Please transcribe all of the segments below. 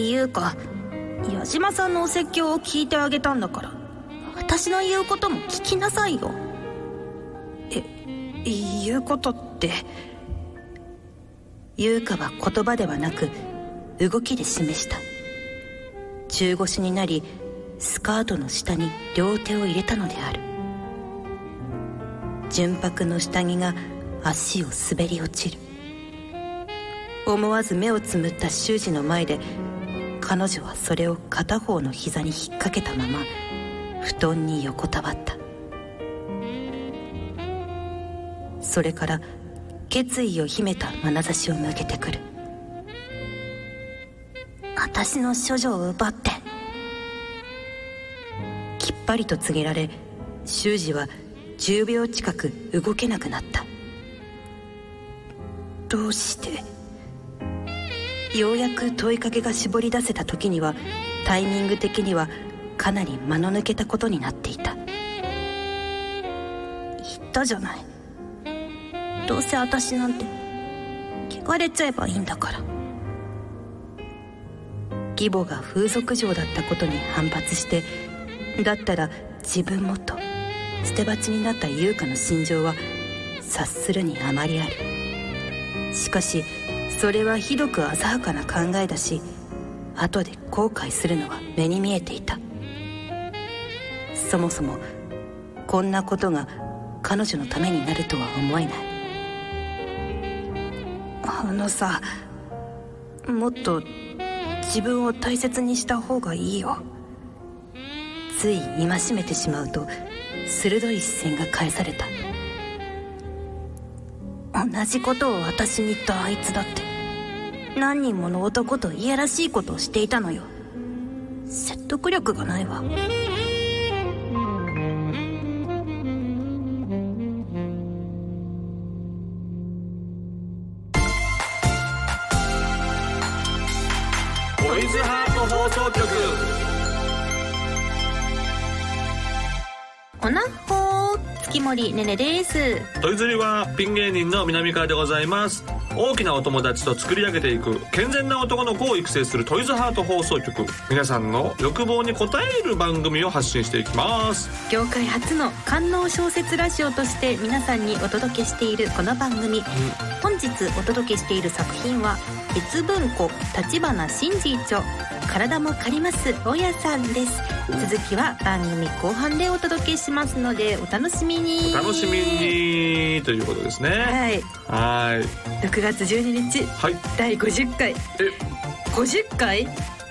優香、矢島さんのお説教を聞いてあげたんだから、私の言うことも聞きなさいよ。言うことって？優香は言葉ではなく動きで示した。中腰になり、スカートの下に両手を入れたのである。純白の下着が足を滑り落ちる。思わず目をつむった修二の前で、彼女はそれを片方の膝に引っ掛けたまま布団に横たわった。それから決意を秘めた眼差しを向けてくる。私の処女を奪って。きっぱりと告げられ、修二は10秒近く動けなくなった。どうして？ようやく問いかけが絞り出せた時には、タイミング的にはかなり間の抜けたことになっていた。言ったじゃない。どうせ私なんて汚れちゃえばいいんだから。義母が風俗嬢だったことに反発して、だったら自分もと捨て鉢になった優香の心情は察するにあまりある。しかしそれはひどく浅はかな考えだし、後で後悔するのは目に見えていた。そもそもこんなことが彼女のためになるとは思えない。あのさ、もっと自分を大切にした方がいいよ。つい戒めてしまうと鋭い視線が返された。同じことを私に言ったあいつだって何人もの男といやらしいことをしていたのよ。説得力がないわ。 トイズハート放送局。 おなっほー、月森ねねです。 トイズリはピン芸人の南川でございます。大きなお友達と作り上げていく健全な男の子を育成するトイズハート放送局。皆さんの欲望に応える番組を発信していきます。 業界初の官能小説ラジオとして皆さんにお届けしているこの番組、本日お届けしている作品は別文庫立花真治著、体も借ります大家さんです。続きは番組後半でお届けしますのでお楽しみに。 お楽しみにということですね。はい。 6月12日、はい、第50回。50回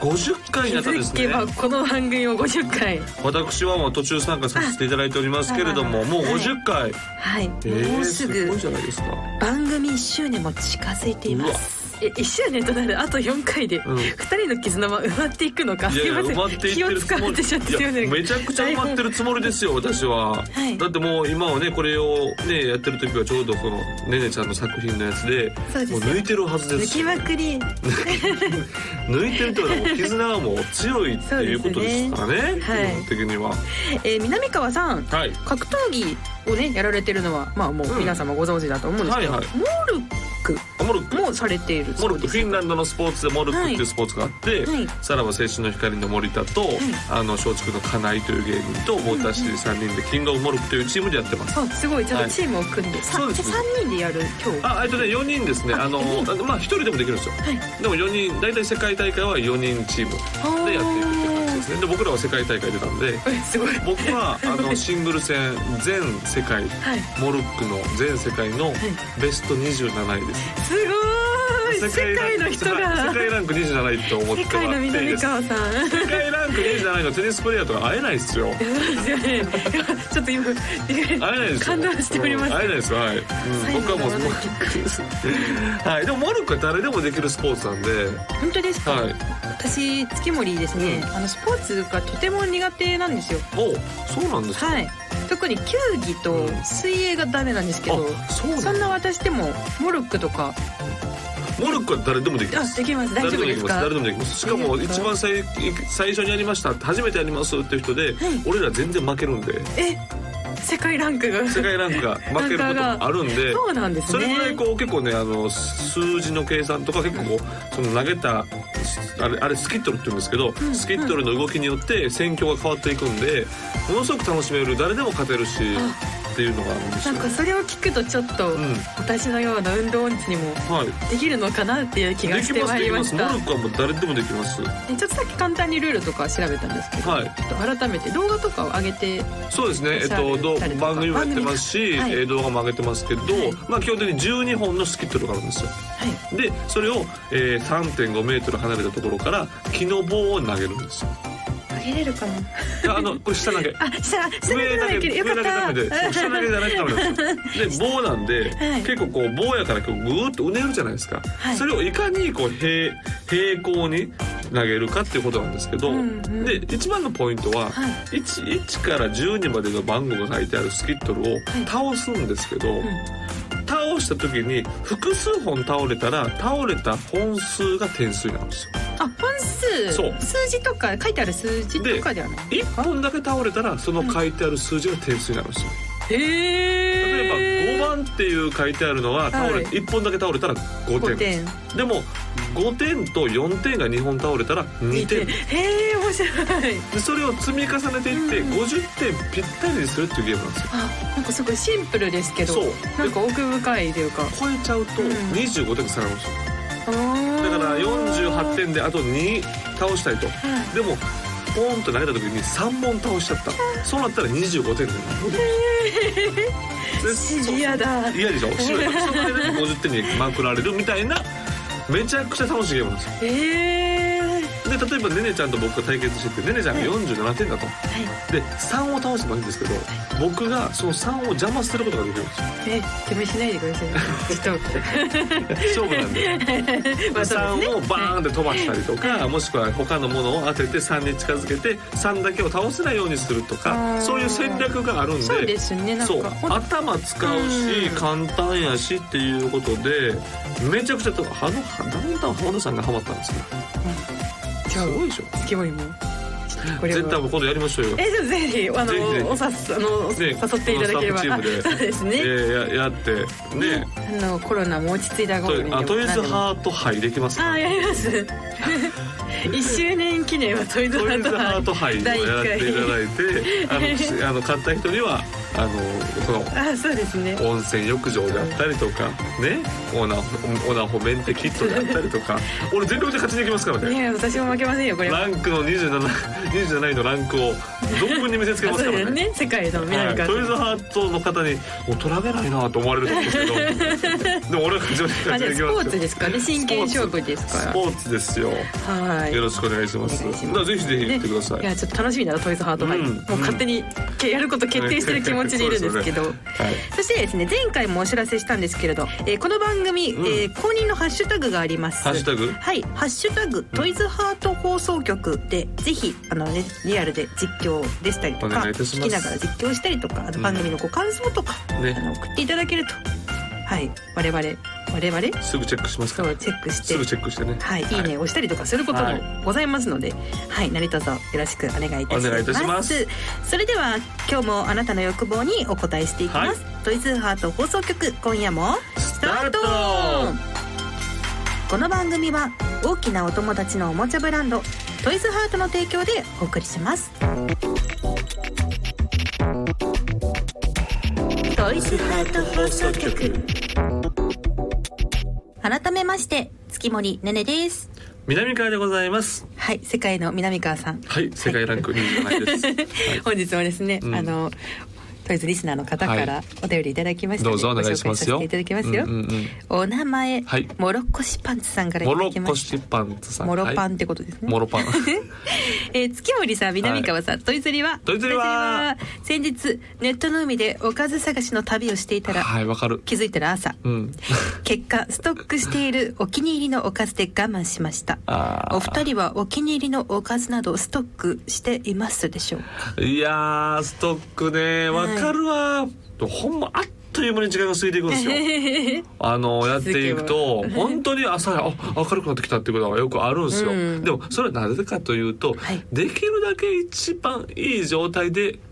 50回になったですね。 気づけばこの番組を50回。 私はもう途中参加させていただいておりますけれども、もう50回。 はい。もうすぐすごいじゃないですか。 番組1周年も近づいています。1周年となるあと4回で2人の絆は埋まっていくのか。 いやいや、埋まっていってるつもり。めちゃくちゃ埋まってるつもりですよ私は、だってもう今はねこれをねやってる時はちょうどそのねねちゃんの作品のやつでもう抜いてるはずです。 抜きまくり抜いてるってことはもう絆はもう強いっていうことですからね、基本的には。 南川さん、格闘技をねやられてるのはまあもう皆様ご存知だと思うんですけど、モルックもされている。 モルック、フィンランドのスポーツでモルックっていうスポーツがあって、さらば青春の光の森田と松竹の金井という芸人とモーターシティ3人でキングオブモルックというチームでやってます。 すごいちゃんとチームを組んで、3人でやる今日。 4人ですね。まあ1人でもできるんですよ。でも4人、大体世界大会は4人チームでやっていくっていう感じですね。で僕らは世界大会出たんで、僕はシングル戦全世界モルックの全世界のベスト27位です。 すごい、世界の人が世界ランク27位と思ってもらっていいです。世界の南川さん、 世界ランク27位のテニスプレーヤーとか会えないですよ。 ちょっと今会えないですよ。 感動しております。 会えないですよ。はい、僕はもうはい。でもモルックは誰でもできるスポーツなんで。 本当ですか。私月森ですね、スポーツがとても苦手なんですよ。 そうなんですか。 はい。特に球技と水泳がダメなんですけど、そんな私でもモルックとか。 モルックは誰でもできます。 できます。大丈夫ですか。 誰でもできます。しかも一番最初にやりました、初めてやりますっていう人で、俺ら全然負けるんで。 世界ランクが負けることがあるんで、 そうなんですね。 それぐらいこう結構ね数字の計算とか結構こうその投げたあれスキットルって言うんですけど、スキットルの動きによって戦況が変わっていくんで、ものすごく楽しめる、誰でも勝てるしっていうのがあるんですよ。 なんかそれを聞くとちょっと、私のような運動音痴にもできるのかなっていう気がしてまいりました。 能力はもう誰でもできます。 ちょっとさっき簡単にルールとか調べたんですけど、ちょっと改めて動画とかを上げて、 そうですね、番組もやってますし、動画も上げてますけど、まあ基本的に12本のスキットルがあるんですよ。でそれを、3.5 メートル離れたところから木の棒を投げるんですよ。 投げれるかな。 これ下投げ。 上投げよかった。 下投げじゃないとダメなんですよ。で棒なんで、結構こう棒やからこうグーッとうねるじゃないですか。それをいかにこう平行に投げるかっていうことなんですけど、で一番のポイントは、1から12までの番号が書いてあるスキットルを倒すんですけど、倒した時に複数本倒れたら倒れた本数が点数になるんですよ。 本数、そう数字とか書いてある数字とかではない。 1本だけ倒れたらその書いてある数字が点数になるんですよ。例えば5番っていう書いてあるのは1本だけ倒れたら5点でも5点と4点が2本倒れたら2点。 面白い。 でそれを積み重ねていって50点ぴったりにするっていうゲームなんですよ。 なんかすごいシンプルですけど、なんか奥深いというか、 超えちゃうと25点下がるんですよ。だから48点であと2倒したいと、でもポンと投げた時に3本倒しちゃった、そうなったら25点になる。 嫌だ。 嫌でしょ。それで50点にまくられるみたいな、めちゃくちゃ楽しいゲームなんですよ。で例えばねねちゃんと僕が対決してて、ねねちゃんが47点だと、で3を倒せばいいんですけど、僕がその3を邪魔することができるんですよ。 邪魔しないでください。 勝負なんで3をバーンって飛ばしたりとか、もしくは他のものを当てて3に近づけて3だけを倒せないようにするとか、そういう戦略があるんで、 そうですね、なんかそう頭使うし、簡単やしっていうことで、めちゃくちゃダウンタウン浜田さんがハマったんですよ。すごいでしょ。 月森も絶対今度やりましょうよ。 ぜひ誘っていただければ。そうですね。 やってね。 コロナも落ち着いた頃にトイズハート杯できますか。 やります。1周年記念はトイズハート杯をやっていただいて、買った人にはそうですね、温泉浴場であったりとかね、オナホメンテキットであったりとか、俺全力で勝ちに行きますからね。 いや私も負けませんよこれ。 ランクの27位のランクを存分に見せつけますからね。 そうですね、世界の南川さん、 トイズハートの方にもう取られないなと思われると思うんですけど、でも俺は勝ちに行きます。 スポーツですかね、真剣勝負ですから。 スポーツですよ。よろしくお願いします。ぜひぜひ行ってください。 いやちょっと楽しみだな、トイズハート杯。もう勝手にやること決定してる気持ちでいるんですけど、そしてですね、前回もお知らせしたんですけれど、この番組、公認のハッシュタグがあります。 ハッシュタグ、 はい、ハッシュタグトイズハート放送局でぜひリアルで実況でしたりとか、聞きながら実況したりとか、番組のご感想とか、送っていただけると、我々 すぐチェックしますから。 チェックして、 すぐチェックしてね、 いいねを押したりとかすることもございますので、何卒よろしくお願いいたします。それでは今日もあなたの欲望にお答えしていきます。トイズハート放送局、今夜もスタート。この番組は大きなお友達のおもちゃブランドトイズハートの提供でお送りします。トイズハート放送局、改めまして月森ねねです。 南川でございます。 はい、世界の南川さん。 はい、世界ランク27位です。 本日はですね、トイズリスナーの方からお便りいただきましたので、 どうぞお願いしますよ。 ご紹介させていただきますよ。お名前、モロッコシパンツさんからいただきました。 モロッコシパンツさん、 モロパンってことですね。 モロパン。 月森さん、南川さん、トイズリは先日ネットの海でおかず探しの旅をしていたら、 わかる。 気づいたら朝、結果ストックしているお気に入りのおかずで我慢しました。お二人はお気に入りのおかずなどストックしていますでしょうか。 いやー、ストックね、わかるわ。ほんまあっという間に時間が過ぎていくんですよ。やっていくと本当に朝明るくなってきたっていうことがよくあるんですよ。でもそれはなぜかというと、できるだけ一番いい状態で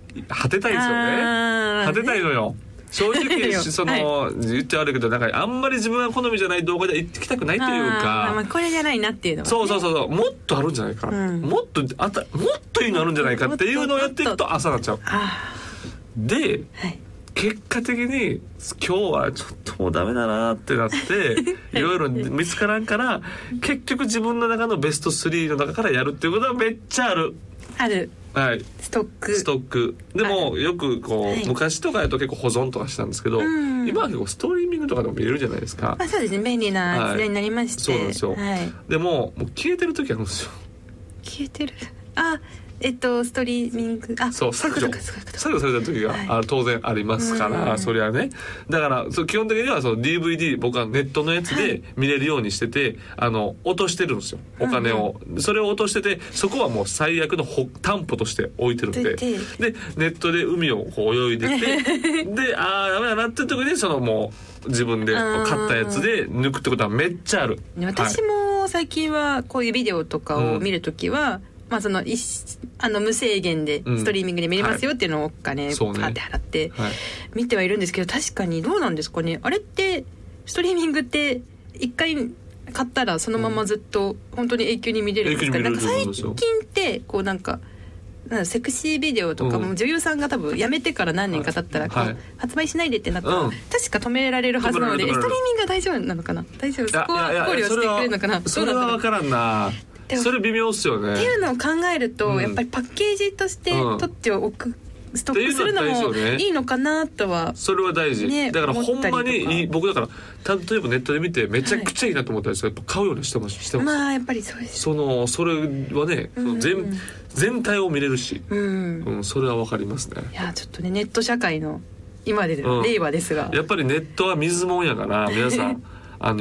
果てたいですよね。果てたいのよ。正直その、はい、言っちゃ悪いけどなんかあんまり自分は好みじゃない動画では行きたくないというか、 まあ、これじゃないなっていうのは、ね、 そうもっとあるんじゃないか、もっといいのあるんじゃないかっていうのをやっていくと朝になっちゃう。で、はい、結果的に今日はちょっともうダメだなってなっていろいろ見つからんから結局自分の中のベスト3の中からやるっていうことはめっちゃある。はい、ストックでもよくこう、はい、昔とかやと結構保存とかしたんですけど、今は結構ストリーミングとかでも見れるじゃないですか。 そうですね、便利な時代になりまして、 そうなんですよ、はい、でもう消えてる時あるんですよ。 消えてるストリーミングそう削除された時が、はい、当然ありますから、それはね。だから基本的にはその DVD 僕はネットのやつで見れるようにしてて、はい、落としてるんですよお金を、それを落としててそこはもう最悪の担保として置いてるんで、でネットで海をこう泳いでてでダメだなって時にそのもう自分で買ったやつで抜くってことはめっちゃある。 私も最近はこういうビデオとかを見るときは、まあ、その無制限でストリーミングで見れますよっていうのをお金パーって払って見てはいるんですけど、確かにどうなんですかね。あれってストリーミングって一回買ったらそのままずっと本当に永久に見れるんですか。なんか最近ってこうなんかセクシービデオとかも女優さんが多分辞めてから何年か経ったらこう発売しないでってなったら確か止められるはずなので、ストリーミングは大丈夫なのかな。大丈夫、そこは考慮してくれるのかな。 それは分からんな。それ微妙っすよね。 っていうのを考えると、やっぱりパッケージとして取っておく、ストックするのもいいのかなとは、 それは大事、ね、だからほんまに僕だから例えばネットで見てめちゃくちゃいいなと思ったんですけど、やっぱ買うようにしてます。 まあやっぱりそうです。 それはね、全体を見れるし、それはわかりますね。 いやちょっとね、ネット社会の今で令和ですが、 やっぱりネットは水もんやから皆さん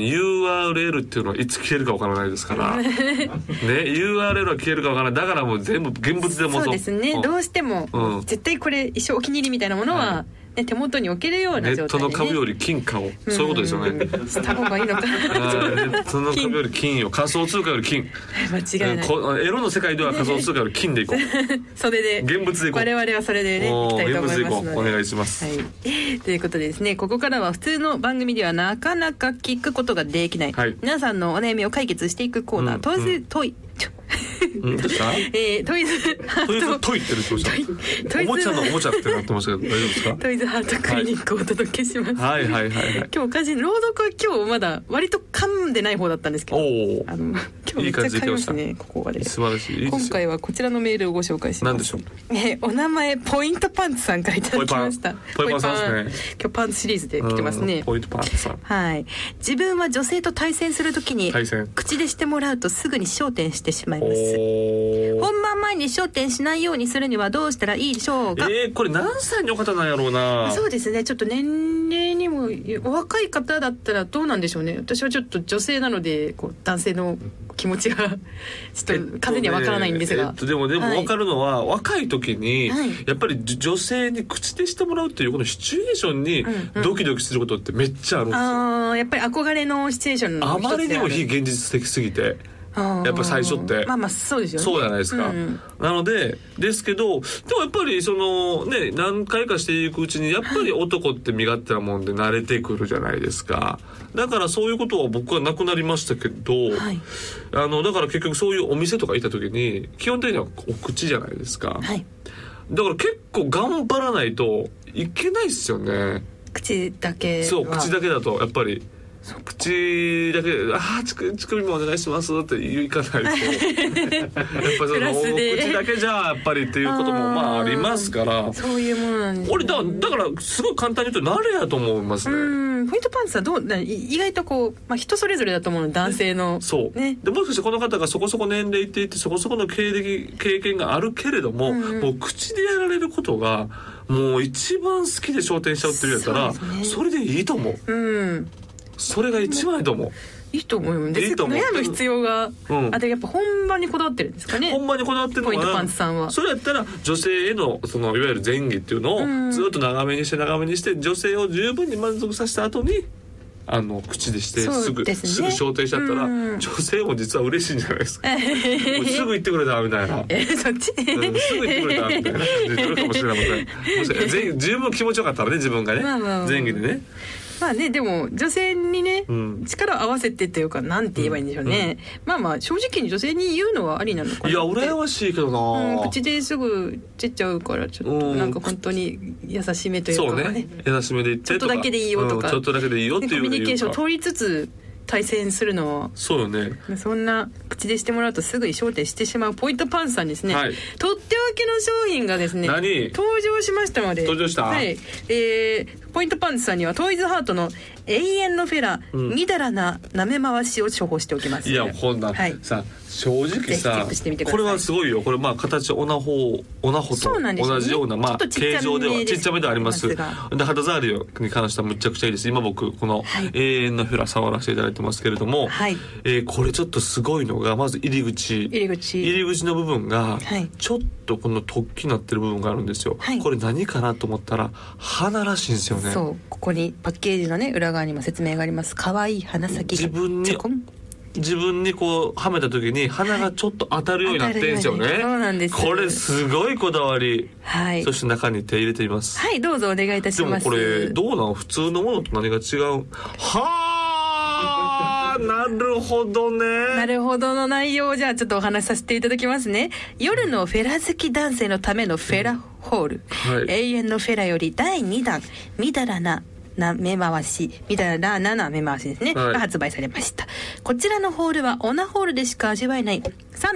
URL っていうのはいつ消えるかわからないですからね、URL は消えるかわからない。だからもう全部現物でもそうですね、どうしても、絶対これ一生お気に入りみたいなものは、手元に置けるような状態で、ね、ネットの株より金買おう、そういうことですよね。した方がいいのかな。 ネットの株より金よ、仮想通貨より金。 間違いない。 エロの世界では仮想通貨より金でいこう。 それで現物でいこう。 我々はそれでね、いきたいと思いますので、 お願いします、 はい、ということでですね、ここからは普通の番組ではなかなか聞くことができない、皆さんのお悩みを解決していくコーナー、トイどうした？ トイズハートトイってるどうした？おもちゃのおもちゃってなってますけど大丈夫ですか？ トイズハートクリニックをお届けします。 はい。今日おかしい、朗読は今日まだ割と噛んでない方だったんですけど、今日めっちゃ噛みますね。ここまで素晴らしい。 今回はこちらのメールをご紹介します。 何でしょう？ お名前ポイントパンツさんからいただきました。 ポイパンさんですね。 今日パンツシリーズで来てますね。 ポイントパンツさん。 はい。自分は女性と対戦するときに口でしてもらうとすぐに焦点してしまいます。本番前に焦点しないようにするにはどうしたらいいでしょうか？ これ何歳の方なんやろうな。 そうですね、ちょっと年齢にもお若い方だったらどうなんでしょうね。私はちょっと女性なのでこう男性の気持ちがちょっと完全には分からないんですが、 でも分かるのは、若い時に、やっぱり女性に口でしてもらうっていうこのシチュエーションにドキドキすることってめっちゃあるんですよ。 やっぱり憧れのシチュエーションの一つである。 あまりにも非現実的すぎて、やっぱ最初ってまあそうですよね。 そうじゃないですか、なのでですけど、でもやっぱりそのね、何回かしていくうちにやっぱり男って身勝手なもんで慣れてくるじゃないですか。だからそういうことは僕はなくなりましたけど、だから結局そういうお店とか行った時に基本的にはお口じゃないですか、だから結構頑張らないといけないですよね。 口だけそう、口だけだとやっぱり口だけで乳首もお願いしますって言かないとやっぱその口だけじゃやっぱりっていうこともまあありますから、 そういうものなんですね。 俺だからすごい簡単に言うと慣れやと思いますね。 ポイントパンツは意外とこう、人それぞれだと思うの、男性のそうね。でもしかしてこの方がそこそこ年齢いっていてそこそこの経験があるけれども、もう口でやられることがもう一番好きで焦点しちゃうっていうやったら それでいいと思う。それが一番いいと思う。 いいと思うよ。で悩む必要が、でやっぱ本番にこだわってるんですかね。 本番にこだわってるのはポイントパンツさんは。 それやったら女性へのそのいわゆる前戯っていうのをずっと長めにして女性を十分に満足させた後に口でしてすぐ昇天しちゃったら、女性も実は嬉しいんじゃないですか。もうすぐ言ってくれたみたいな。 そっち、 すぐ言ってくれたみたいな感じで来るかもしれません。十分気持ちよかったらね、自分がね、前儀でね。 まあね、でも女性にね、力を合わせてっていうか、なんて言えばいいんでしょうね、まあ正直に女性に言うのはありなのかな。 いや羨ましいけどな、 口ですぐ出ちゃうから、ちょっとなんか本当に優しめというか、 そうね、優しめで言ってとか、 ちょっとだけでいいよとか、 ちょっとだけでいいよっていうコミュニケーションを取りつつ対戦するのは、 そうよね。 そんな口でしてもらうとすぐに焦点してしまうポイントパンさんですね、とっておきの商品がですね登場しましたので、 登場した、 ポイントパンツさんにはトイズハートの永遠のフェラ、みだらな舐め回しを処方しておきます。 いやこんな、さ正直さこれはすごいよ。これ形オナホと同じような形状ではちっちゃめではありますが、で肌触りに関してはむちゃくちゃいいです。今僕この永遠のフェラ触らせていただいてますけれども、これちょっとすごいのが、まず入り口の部分がちょっとこの突起になってる部分があるんですよ、これ何かなと思ったら花らしいんですよね。 そう、ここにパッケージのね裏側にも説明があります。可愛い花先が自分にこうはめた時に花がちょっと当たるようになってるんですよね、 そうなんです。 これすごいこだわり、そして中に手入れてみます。 どうぞお願いいたします。 でもこれどうなん、普通のものと何が違う。なるほどね。 なるほどの内容をじゃあちょっとお話しさせていただきますね。夜のフェラ好き男性のためのフェラホール、永遠のフェラより第2弾みだらな目回し、みだらなな目回しですね、が発売されました。こちらのホールはオナホールでしか味わえない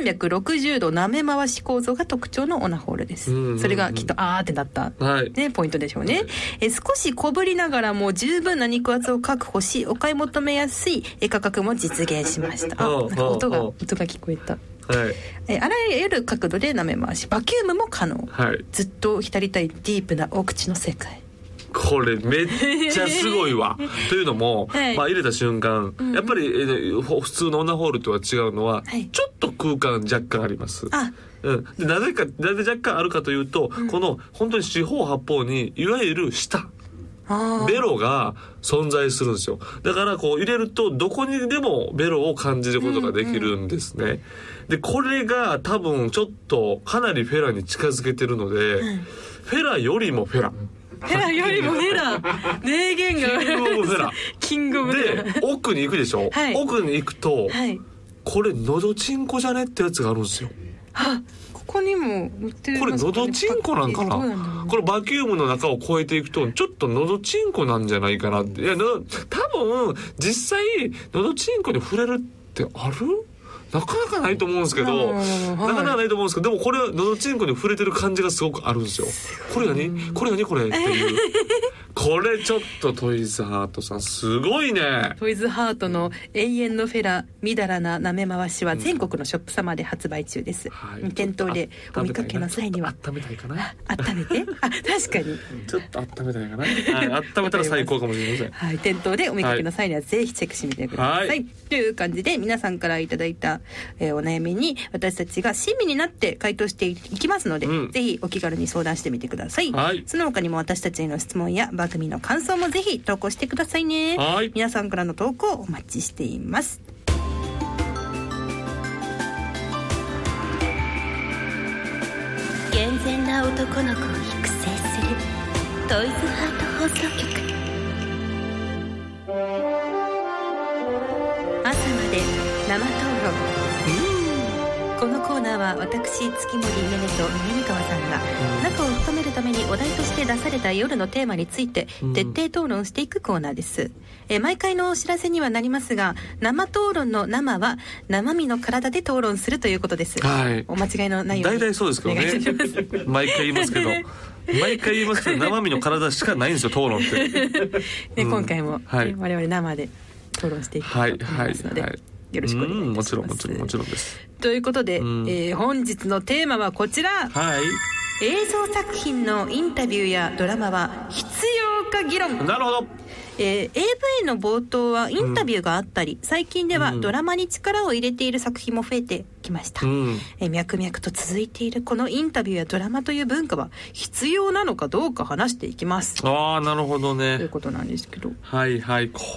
360度なめ回し構造が特徴のオナホールです、それがきっとってなった、ポイントでしょうね、少し小ぶりながらも十分な肉厚を確保し、お買い求めやすい価格も実現しました。なんか音が聞こえた。あらゆる角度でなめ回し、バキュームも可能、ずっと浸りたいディープなお口の世界。 これめっちゃすごいわというのも、入れた瞬間、やっぱり、普通のオナホールとは違うのは、ちょっと空間若干あります。でなぜ若干あるかというと、この本当に四方八方にいわゆる舌ベロが存在するんですよ。だからこう入れるとどこにでもベロを感じることができるんですね、でこれが多分ちょっとかなりフェラに近づけてるので、フェラよりもフェラよりもフェラ名言がキングオブフェラで奥に行くでしょ、奥に行くと、これのどちんこじゃねってやつがあるんですよ。 ここにも売ってる、 これのどちんこなんかな、これバキュームの中を越えていくとちょっとのどちんこなんじゃないかなって。いや多分実際のどちんこに触れるってある？なかなかないと思うんですけど、なかなかないと思うんですけど、でもこれはのどちんこに触れてる感じがすごくあるんですよ。これ何これっていうこれちょっとトイズハートさんすごいね。 トイズハートの永遠のフェラみだらななめ回しは全国のショップ様で発売中です、店頭でお見かけの際には温めたいかな、 温めて確かにちょっと温めたいかな、温めたら最高かもしれません。 店頭でお見かけの際にはぜひチェックしてみてください、という感じで皆さんからいただいた、お悩みに私たちが親身になって回答していきますので、ぜひお気軽に相談してみてください、その他にも私たちへの質問や番組の感想もぜひ投稿してくださいね。皆さんからの投稿お待ちしています。 健全な男の子を育成するトイズハート放送局。朝まで生討論。このコーナーは私月森ねねと南川さんが仲を深めるためにお題として出された夜のテーマについて徹底討論していくコーナーです。毎回のお知らせにはなりますが、生討論の生は生身の体で討論するということです、お間違いのないように。 大体そうですけどね毎回言いますけど生身の体しかないんですよ討論って、 今回も、我々生で討論していきたいと思いますので、よろしくお願いいたします。 もちろんです。 ということで、本日のテーマはこちら、映像作品のインタビューやドラマは必要か議論。 なるほど。 AV の冒頭はインタビューがあったり、最近ではドラマに力を入れている作品も増えてきました、脈々と続いているこのインタビューやドラマという文化は必要なのかどうか話していきます。 なるほどね。 ということなんですけど、 これ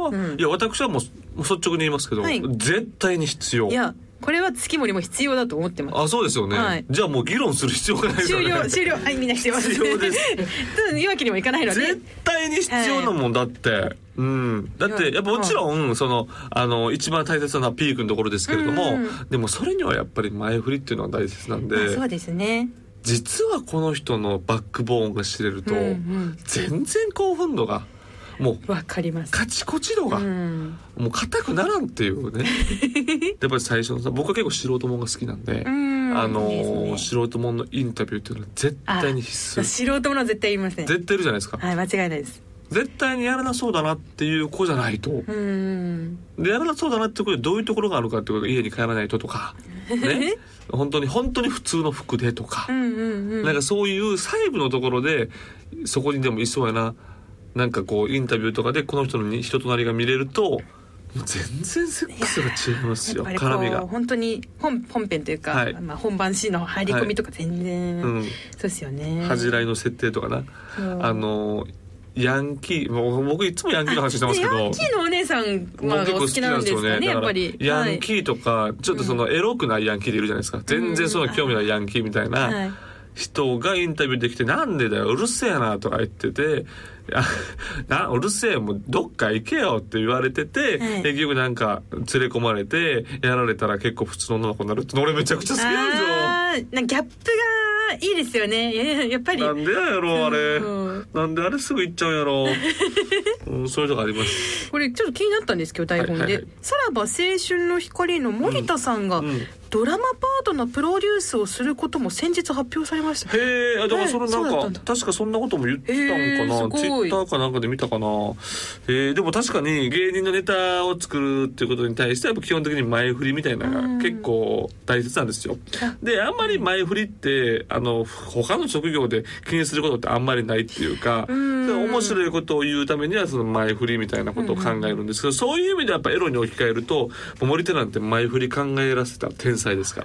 は、いや私はもう率直に言いますけど、絶対に必要。 いやこれは月森も必要だと思ってます。 あ、そうですよね、じゃあもう議論する必要がないですよね。 終了はいみんな必要です。 必要です言うわけにもいかないので絶対に必要なもんだって、だってやっぱもちろんその一番大切なのはピークのところですけれども、でもそれにはやっぱり前振りっていうのは大切なんで、 そうですね。 実はこの人のバックボーンが知れると、全然興奮度がもうわかります。 カチコチ度が、もう硬くならんっていうねやっぱり最初の僕は結構素人もんが好きなんで、素人もんのインタビューっていうのは絶対に必須。 素人ものは絶対言いますね。 絶対いるじゃないですか。 はい、間違いないです。 絶対にやらなそうだなっていう子じゃないと、でやらなそうだなっていう子でどういうところがあるかっていうこと、家に帰らないととかね本当に普通の服でとか、なんかそういう細部のところでそこにでもいそうやな、なんかこうインタビューとかでこの人の人となりが見れると全然セックスが違いますよ。絡みが本当に本編というか、本番シーンの入り込みとか全然、そうですよね。 恥じらいの設定とかな、ヤンキー、もう僕いつもヤンキーの話してますけど、 ヤンキーのお姉さんはお好きなんですかね。やっぱりヤンキーとかちょっとそのエロくないヤンキーでいるじゃないですか、全然その興味ないヤンキーみたいな人がインタビューできて、なんでだようるせえなとか言ってて、うるせえもうどっか行けよって言われてて、結局なんか連れ込まれてやられたら結構普通の女の子になるって俺めちゃくちゃ好きなんですよ。 ギャップがいいですよね。やっぱりなんでやろあれ、なんであれすぐ行っちゃうんやろそういうとこあります。 これちょっと気になったんですけど、台本で、さらば青春の光の森田さんが、ドラマパートのプロデュースをすることも先日発表されました。 へえ、だからそれなんか確かそんなことも言ってたんかな、ツイッターかなんかで見たかな。でも確かに芸人のネタを作るっていうことに対してやっぱ基本的に前振りみたいなのが結構大切なんですよ。であんまり前振りって他の職業で気にすることってあんまりないっていうか、面白いことを言うためにはその前振りみたいなことを考えるんですけど、そういう意味でやっぱエロに置き換えると森手なんて前振り考えらせた天才ですから、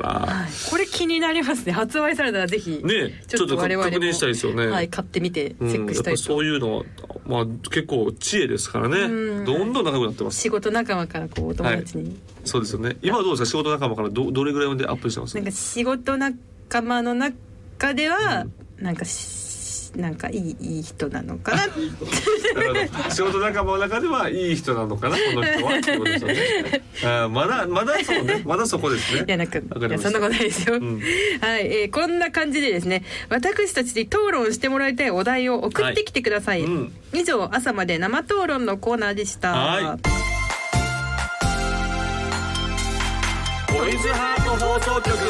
これ気になりますね。発売されたらぜひねちょっと確認したいですよね。 買ってみてチェックしたいと。 そういうのは、結構知恵ですからね。どんどん仲良くなってます。 仕事仲間からこうお友達に、 そうですよね。今はどうですか、仕事仲間からどれぐらいまでアップしてます？ なんか仕事仲間の中では、なんかいい人なのかな仕事仲間の中ではいい人なのかなこの人はってことですよね。まだそうね、まだそこですね。 いやそんなことないですよ、こんな感じでですね、私たちで討論してもらいたいお題を送ってきてください、以上朝まで生討論のコーナーでした。 トイズハート放送局。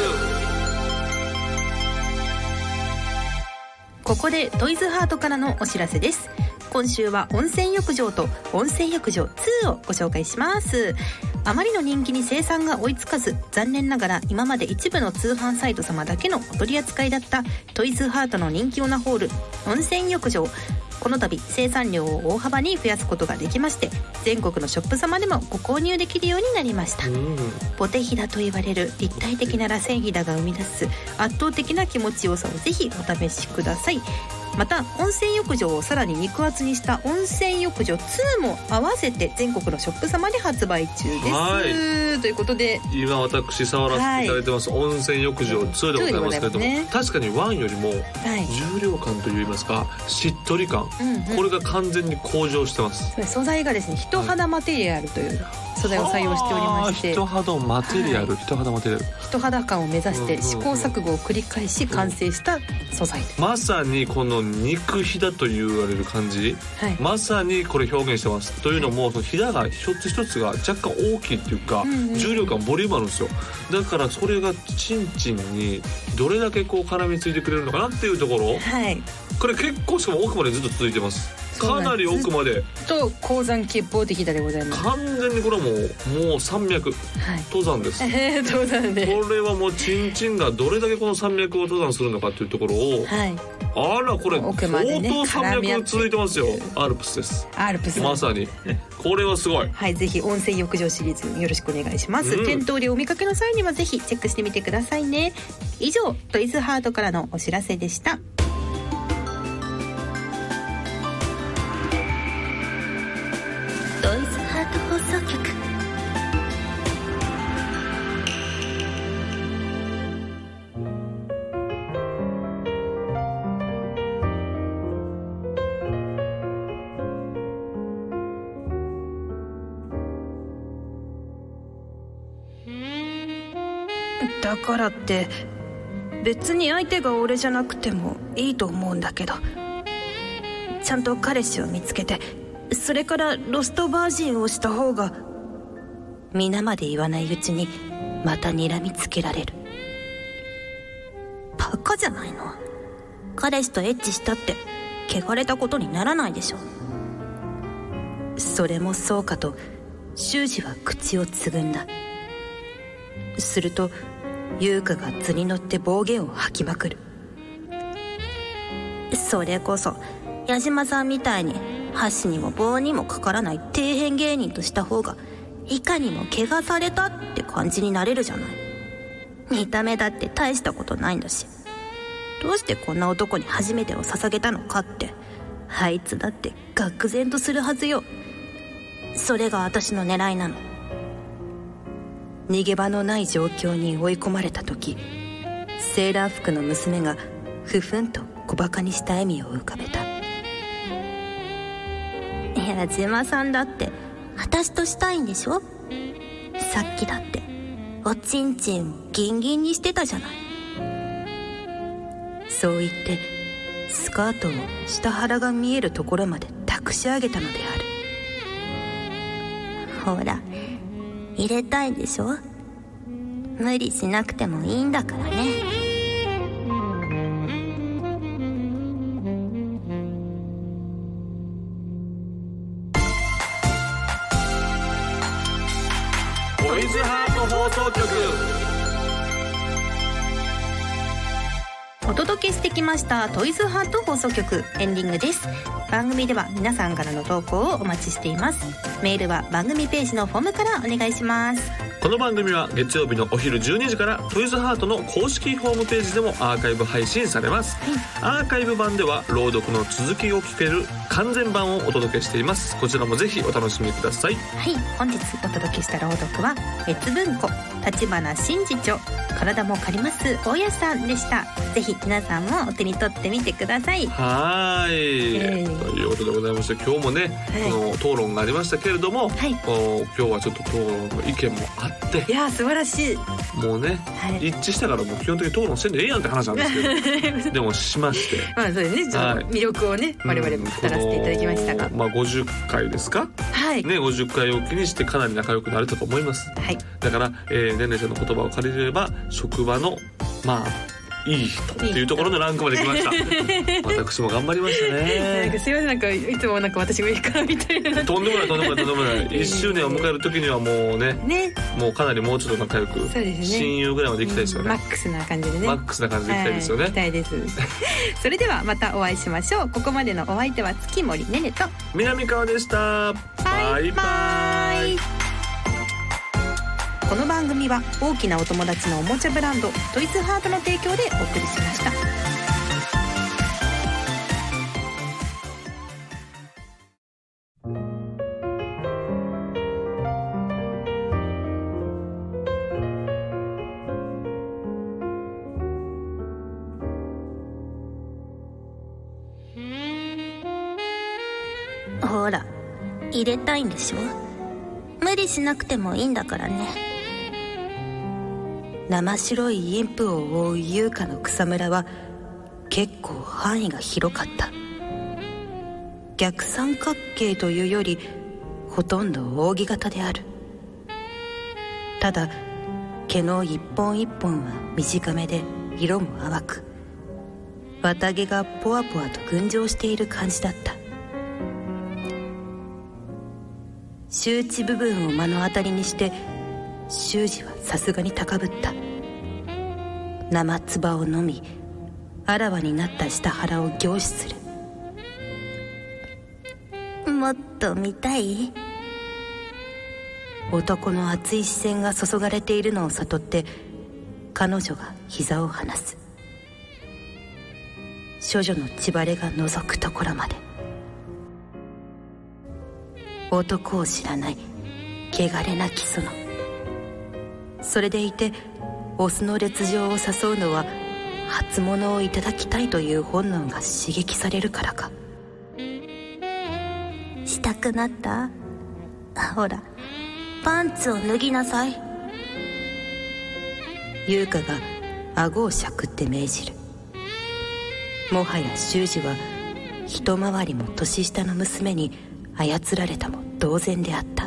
ここでトイズハートからのお知らせです。今週は温泉浴場と温泉浴場2をご紹介します。あまりの人気に生産が追いつかず、残念ながら今まで一部の通販サイト様だけのお取り扱いだったトイズハートの人気オナホール温泉浴場、この度生産量を大幅に増やすことができまして、全国のショップ様でもご購入できるようになりました。ボテヒダと言われる立体的な螺旋ヒダが生み出す圧倒的な気持ちよさをぜひお試しください。また温泉浴場をさらに肉厚にした温泉浴場2も合わせて全国のショップ様で発売中です。ということで今私触らせていただいてます、温泉浴場2でございますけれども、確かに1よりも重量感といいますか、しっとり感、これが完全に向上してます。 素材がですね、人肌マテリアルという素材を採用しておりまして、 人肌マテリアル、人肌感を目指して試行錯誤を繰り返し完成した素材、 まさにこの肉ひだと言われる感じ、まさにこれ表現してます。というのもそのひだが一つ一つが若干大きいっていうか、重量感ボリュームあるんですよ。だからそれがチンチンにどれだけこう絡みついてくれるのかなっていうところ、これ結構しかも奥までずっと続いてます。かなり奥までと高山系ボテヒダでございます。 完全にこれはもう山脈、登山です。 登山でこれはもうチンチンがどれだけこの山脈を登山するのかというところを、あらこれ相当山脈続いてますよ。アルプスです。アルプスまさにこれはすごい。 ぜひ温泉浴場シリーズよろしくお願いします。店頭でお見かけの際にはぜひチェックしてみてくださいね。以上トイズハートからのお知らせでした。トイズハーだからって別に相手が俺じゃなくてもいいと思うんだけど、ちゃんと彼氏を見つけてそれからロストバージンをした方が。皆まで言わないうちにまた睨みつけられる。バカじゃないの。彼氏とエッチしたって汚れたことにならないでしょ。それもそうかと修二は口をつぐんだ。すると優香が図に乗って暴言を吐きまくる。それこそ矢島さんみたいに箸にも棒にもかからない底辺芸人とした方がいかにも怪我されたって感じになれるじゃない。見た目だって大したことないんだし、どうしてこんな男に初めてを捧げたのかってあいつだって愕然とするはずよ。それが私の狙いなの。逃げ場のない状況に追い込まれた時、セーラー服の娘がふふんと小バカにした笑みを浮かべた。矢島さんだって私としたいんでしょ。さっきだっておちんちんギンギンにしてたじゃない。そう言ってスカートを下腹が見えるところまで託し上げたのである。ほら入れたいんでしょ。無理しなくてもいいんだからね。 トイズハート放送局。 お届けしてきましたトイズハート放送局エンディングです。番組では皆さんからの投稿をお待ちしています。メールは番組ページのフォームからお願いします。 この番組は月曜日のお昼12時からトイズハートの公式ホームページでもアーカイブ配信されます、アーカイブ版では朗読の続きを聞ける完全版をお届けしています。こちらもぜひお楽しみください。 はい、本日お届けした朗読は別文庫立花真嗣著、体も借ります大家さんでした。ぜひ皆さんもお手に取ってみてください。 はい、ということでございまして、今日もね、この討論がありましたけれども、今日はちょっと討論の意見もあって、 いや素晴らしい。 もうね、一致したからもう基本的に討論せんでええやんって話なんですけどでもしまして、 まあそうですね、ちょっと魅力をね、我々も語らせていただきましたが、 50回ですか、ね、50回を機にしてかなり仲良くなれたと思います、だから、ねねちゃんの言葉を借りれば職場のいい人っていうところのランクまで来ました私も頑張りましたね。 なんかすいません、なんかいつもなんか私上からみたいな。 とんでもない1周年を迎える時にはもうねもうかなりもうちょっと仲良く、親友ぐらいまで行きたいですよね、 マックスな感じでね。 マックスな感じで行きたいですよね、 行きたいですそれではまたお会いしましょう。ここまでのお相手は月森ねねと南川でした。バイバイ。 この番組は大きなお友達のおもちゃブランドトイズハートの提供でお送りしました。 ほら入れたいんでしょ。無理しなくてもいいんだからね。生白いインプを覆う優香の草むらは結構範囲が広かった。逆三角形というよりほとんど扇形である。ただ毛の一本一本は短めで色も淡く、綿毛がポワポワと群青している感じだった。周知部分を目の当たりにして修二はさすがに高ぶった。生唾を飲みあらわになった下腹を凝視する。もっと見たい？男の熱い視線が注がれているのを悟って彼女が膝を離す。処女の血バレが覗くところまで。男を知らない汚れなき園。それでいてオスの烈情を誘うのは初物をいただきたいという本能が刺激されるからか。したくなった？ほらパンツを脱ぎなさい。 優香が顎をしゃくって命じる。もはや修二は一回りも年下の娘に操られたも同然であった。